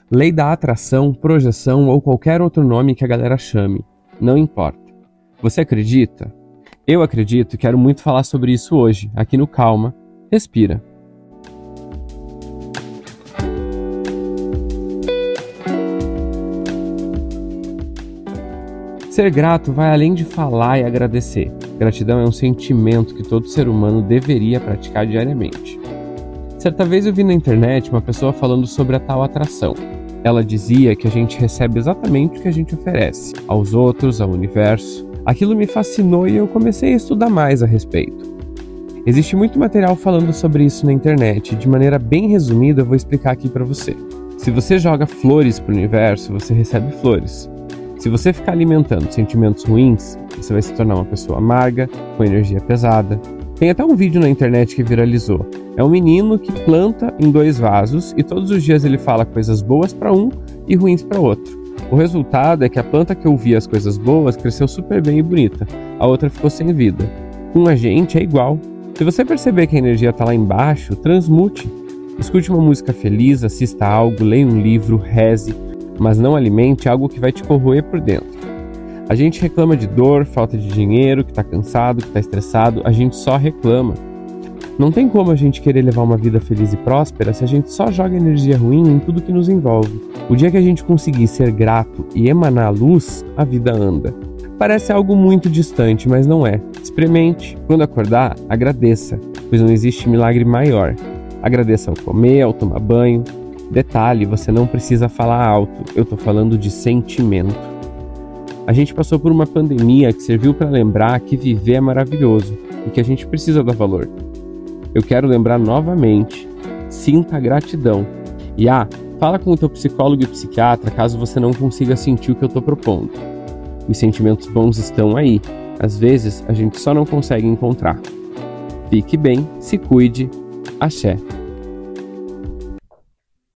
Lei da atração, projeção ou qualquer outro nome que a galera chame. Não importa. Você acredita? Eu acredito e quero muito falar sobre isso hoje, aqui no Calma. Respira. Ser grato vai além de falar e agradecer. Gratidão é um sentimento que todo ser humano deveria praticar diariamente. Certa vez eu vi na internet uma pessoa falando sobre a tal atração. Ela dizia que a gente recebe exatamente o que a gente oferece, aos outros, ao universo. Aquilo me fascinou e eu comecei a estudar mais a respeito. Existe muito material falando sobre isso na internet e de maneira bem resumida eu vou explicar aqui para você. Se você joga flores para o universo, você recebe flores. Se você ficar alimentando sentimentos ruins, você vai se tornar uma pessoa amarga, com energia pesada. Tem até um vídeo na internet que viralizou. É um menino que planta em 2 vasos e todos os dias ele fala coisas boas para um e ruins para outro. O resultado é que a planta que ouvia as coisas boas cresceu super bem e bonita, a outra ficou sem vida. Com a gente é igual. Se você perceber que a energia está lá embaixo, transmute. Escute uma música feliz, assista algo, leia um livro, reze, mas não alimente algo que vai te corroer por dentro. A gente reclama de dor, falta de dinheiro, que está cansado, que está estressado, a gente só reclama. Não tem como a gente querer levar uma vida feliz e próspera se a gente só joga energia ruim em tudo que nos envolve. O dia que a gente conseguir ser grato e emanar a luz, a vida anda. Parece algo muito distante, mas não é. Experimente. Quando acordar, agradeça, pois não existe milagre maior. Agradeça ao comer, ao tomar banho. Detalhe, você não precisa falar alto, eu tô falando de sentimento. A gente passou por uma pandemia que serviu para lembrar que viver é maravilhoso e que a gente precisa dar valor. Eu quero lembrar novamente, sinta a gratidão. E fala com o teu psicólogo e psiquiatra caso você não consiga sentir o que eu tô propondo. Os sentimentos bons estão aí, às vezes a gente só não consegue encontrar. Fique bem, se cuide, axé.